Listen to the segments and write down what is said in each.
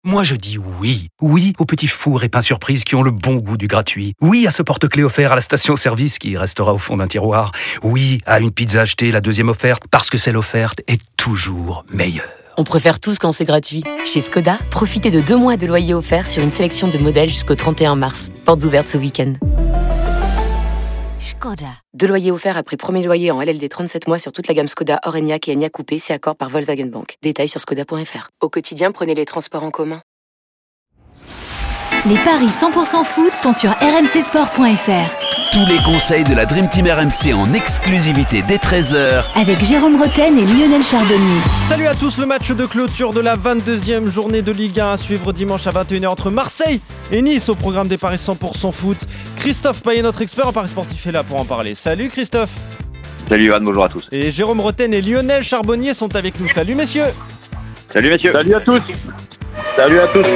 Moi je dis oui. Oui aux petits fours et pains surprises qui ont le bon goût du gratuit. Oui à ce porte-clés offert à la station-service qui restera au fond d'un tiroir. Oui à une pizza achetée, la deuxième offerte, parce que celle offerte est toujours meilleure. On préfère tous quand c'est gratuit. Chez Skoda, profitez de 2 mois de loyer offert sur une sélection de modèles jusqu'au 31 mars. Portes ouvertes ce week-end. Skoda. 2 loyers offerts après premier loyer en LLD 37 mois sur toute la gamme Skoda, Orenia et Enyaq Coupé, c'est accord par Volkswagen Bank. Détails sur skoda.fr. Au quotidien, prenez les transports en commun. Les paris 100% foot sont sur rmcsport.fr. Tous les conseils de la Dream Team RMC en exclusivité dès 13h avec Jérôme Roten et Lionel Charbonnier. Salut à tous, le match de clôture de la 22e journée de Ligue 1 à suivre dimanche à 21h entre Marseille et Nice au programme des paris 100% foot. Christophe Payet, notre expert en paris sportif, est là pour en parler. Salut Christophe. Salut Yohan, bonjour à tous. Et Jérôme Roten et Lionel Charbonnier sont avec nous. Salut messieurs. Salut messieurs. Salut à tous. Salut à tous.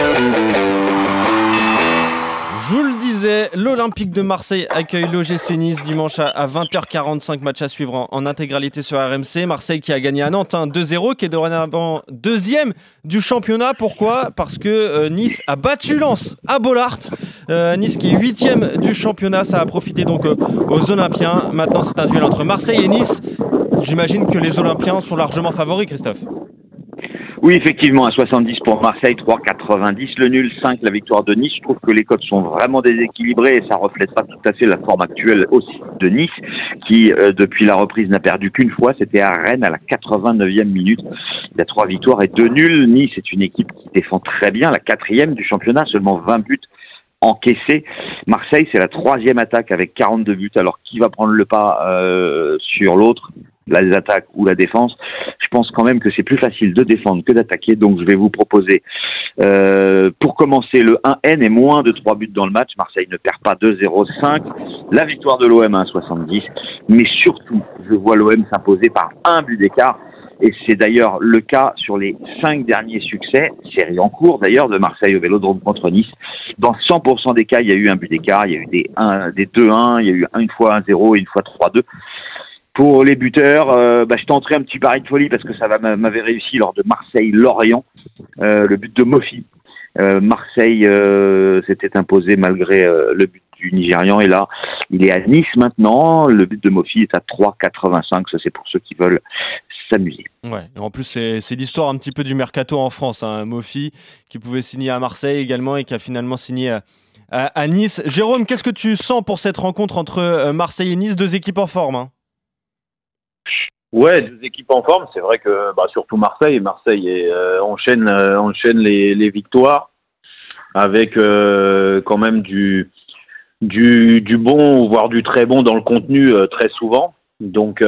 Je vous le disais, l'Olympique de Marseille accueille l'OGC Nice dimanche à 20h45, match à suivre en intégralité sur RMC. Marseille qui a gagné à Nantes 2-0, qui est dorénavant deuxième du championnat. Pourquoi ? Parce que Nice a battu Lens à Bollaert. Nice qui est 8e du championnat, ça a profité donc aux Olympiens. Maintenant c'est un duel entre Marseille et Nice. J'imagine que les Olympiens sont largement favoris, Christophe. Oui, effectivement, à 70 pour Marseille, 3,90 le nul, 5 la victoire de Nice. Je trouve que les cotes sont vraiment déséquilibrées et ça reflète pas tout à fait la forme actuelle aussi de Nice, qui depuis la reprise n'a perdu qu'une fois, c'était à Rennes à la 89e minute. Il a 3 victoires et 2 nuls. Nice est une équipe qui défend très bien, la 4e du championnat, seulement 20 buts encaissés. Marseille, c'est la 3e attaque avec 42 buts. Alors, qui va prendre le pas sur l'autre, les attaques ou la défense? Je pense quand même que c'est plus facile de défendre que d'attaquer. Donc, je vais vous proposer, pour commencer, le 1N et moins de 3 buts dans le match. Marseille ne perd pas 2-0-5. La victoire de l'OM à 1,70. Mais surtout, je vois l'OM s'imposer par 1 but d'écart. Et c'est d'ailleurs le cas sur les 5 derniers succès, série en cours d'ailleurs, de Marseille au Vélodrome contre Nice. Dans 100% des cas, il y a eu un but d'écart, il y a eu des 2-1, il y a eu une fois 1-0 et une fois 3-2. Pour les buteurs, je tenterai un petit pari de folie parce que ça m'avait réussi lors de Marseille-Lorient, le but de Mofi. Marseille s'était imposé malgré le but du Nigérian et là, il est à Nice maintenant. Le but de Mofi est à 3,85. Ça, c'est pour ceux qui veulent s'amuser. Ouais, et en plus, c'est l'histoire un petit peu du mercato en France. Mofi qui pouvait signer à Marseille également et qui a finalement signé à Nice. Jérôme, qu'est-ce que tu sens pour cette rencontre entre Marseille et Nice, 2 équipes en forme Ouais, 2 équipes en forme. C'est vrai que surtout Marseille enchaîne les victoires avec quand même du bon, voire du très bon dans le contenu très souvent. Donc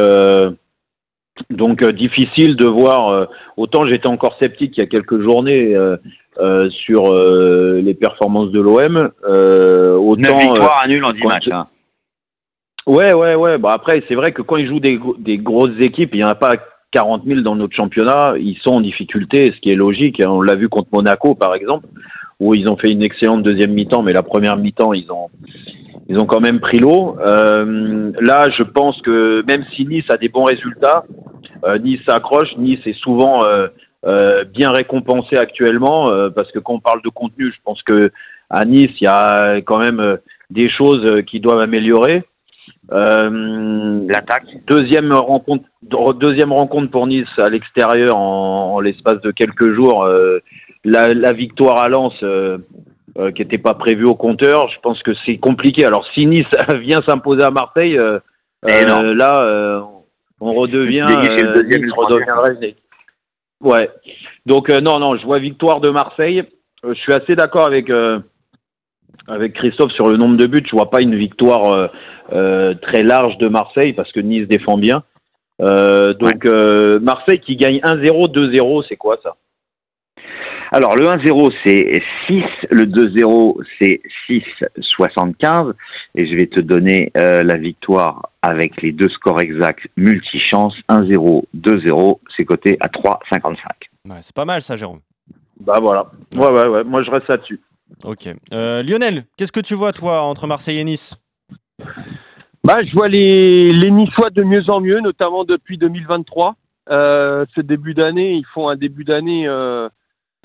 difficile de voir. Autant j'étais encore sceptique il y a quelques journées sur les performances de l'OM. Autant 9 victoires à nul en 10 matchs. Ouais. Après, c'est vrai que quand ils jouent des grosses équipes, il n'y en a pas 40 000 dans notre championnat. Ils sont en difficulté, ce qui est logique. On l'a vu contre Monaco, par exemple, où ils ont fait une excellente deuxième mi-temps, mais la première mi-temps, ils ont quand même pris l'eau. Là, je pense que même si Nice a des bons résultats, Nice s'accroche. Nice est souvent bien récompensé actuellement parce que quand on parle de contenu, je pense que à Nice, il y a quand même des choses qui doivent améliorer. L'attaque. Deuxième rencontre pour Nice à l'extérieur en l'espace de quelques jours. La victoire à Lens qui n'était pas prévue au compteur, je pense que c'est compliqué. Alors si Nice vient s'imposer à Marseille, là on redevient Nice redeviendrait. Ouais. Donc non, je vois victoire de Marseille. Je suis assez d'accord avec Christophe sur le nombre de buts. Je vois pas une victoire très large de Marseille parce que Nice défend bien. Marseille qui gagne 1-0, 2-0, c'est quoi ça? Alors le 1-0 c'est 6, le 2-0 c'est 6,75 et je vais te donner la victoire avec les 2 scores exacts multichance. 1-0, 2-0, c'est coté à 3,55. Ouais, c'est pas mal ça, Jérôme. Bah voilà. Ouais. Moi je reste là-dessus. Ok. Lionel, qu'est-ce que tu vois toi entre Marseille et Nice ? Je vois les Niçois de mieux en mieux, notamment depuis 2023. Ce début d'année, ils font un début d'année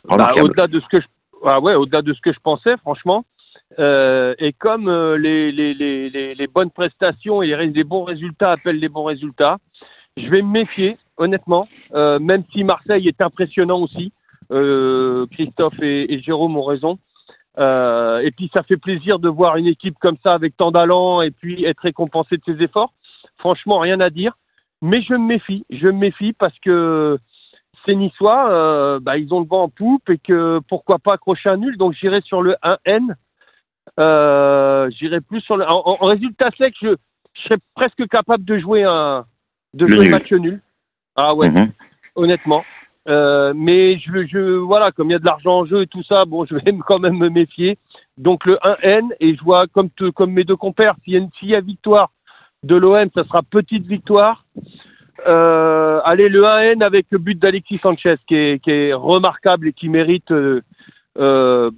au-delà de ce que je pensais, franchement. Et comme les bonnes prestations et les bons résultats appellent les bons résultats, je vais me méfier, honnêtement, même si Marseille est impressionnant aussi. Christophe et Jérôme ont raison. Et puis ça fait plaisir de voir une équipe comme ça avec tant d'allant et puis être récompensée de ses efforts. Franchement, rien à dire. Mais je me méfie parce que ces Niçois, ils ont le vent en poupe et que pourquoi pas accrocher un nul. Donc j'irai sur le 1N. J'irai plus sur le. En résultat sec, je serais presque capable de jouer match nul. Ah ouais, honnêtement. Mais voilà, comme il y a de l'argent en jeu et tout ça, bon, je vais quand même me méfier. Donc le 1N, et je vois comme mes deux compères, s'il y a victoire de l'OM, ça sera petite victoire. Allez, le 1N avec le but d'Alexis Sanchez qui est remarquable et qui mérite de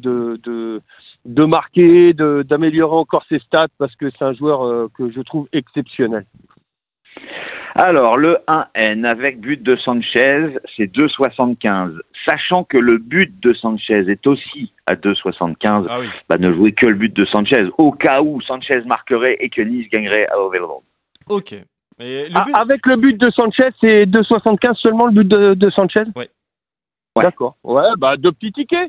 marquer, d'améliorer encore ses stats parce que c'est un joueur que je trouve exceptionnel. Alors, le 1N avec but de Sanchez, c'est 2,75. Sachant que le but de Sanchez est aussi à 2,75, ne jouez que le but de Sanchez, au cas où Sanchez marquerait et que Nice gagnerait au Vélodrome. Ok. Mais avec le but de Sanchez, c'est 2,75 seulement le but de Sanchez ? Oui. Ouais. D'accord. Ouais, deux petits tickets.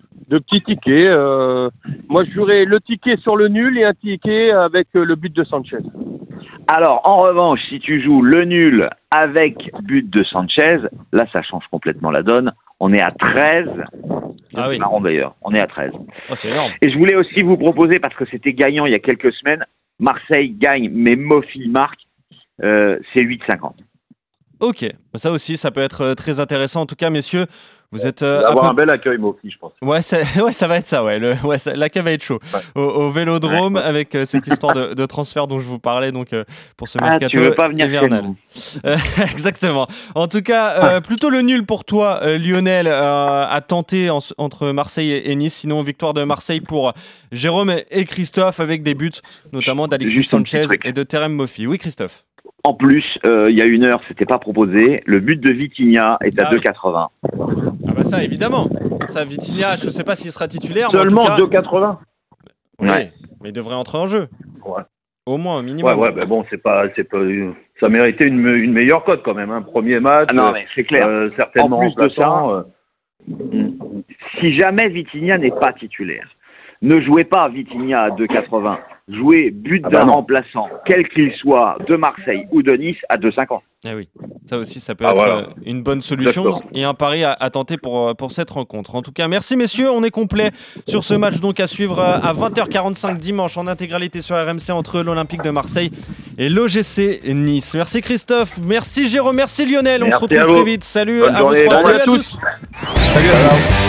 Moi, je jouerais le ticket sur le nul et un ticket avec le but de Sanchez. Alors, en revanche, si tu joues le nul avec but de Sanchez, là, ça change complètement la donne. On est à 13. C'est marrant d'ailleurs. On est à 13. Oh, c'est énorme. Et je voulais aussi vous proposer, parce que c'était gagnant il y a quelques semaines, Marseille gagne, mais Mofi marque, c'est 8,50. Ok. Ça aussi, ça peut être très intéressant. En tout cas, messieurs, vous êtes. Un bel accueil, Mofi, je pense. Ouais, ça va être ça, ouais. L'accueil va être chaud. Ouais. Au Vélodrome, avec cette histoire de transfert dont je vous parlais, donc pour ce mercato tu veux pas venir hivernal. Exactement. En tout cas, plutôt le nul pour toi, Lionel, à tenter entre Marseille et Nice. Sinon, victoire de Marseille pour Jérôme et Christophe, avec des buts notamment d'Alexis Sanchez et de Terem Mofi. Oui, Christophe. En plus, il y a une heure, c'était pas proposé. Le but de Vitinha est à 2,80. Ah bah ça, évidemment. Ça, Vitinha, je sais pas s'il sera titulaire. Seulement mais en tout cas... 2,80. Ouais, mais il devrait entrer en jeu. Ouais. Au moins, un minimum. Ouais, mais bon, c'est pas, ça méritait une meilleure cote quand même. Hein. Premier match. Ah non, mais c'est clair. Certainement en plus de ça, si jamais Vitinha n'est pas titulaire, ne jouez pas Vitinha à 2,80. Jouez but d'un remplaçant, quel qu'il soit, de Marseille ou de Nice, à 2,50. Ah oui, ça aussi, ça peut être une bonne solution et un pari à tenter pour cette rencontre. En tout cas, merci messieurs, on est complet sur ce match donc à suivre à 20h45 dimanche en intégralité sur RMC entre l'Olympique de Marseille et l'OGC Nice. Merci Christophe, merci Jérôme, merci Lionel, on se retrouve très vite. Salut à vous trois, salut à tous. Salut à vous.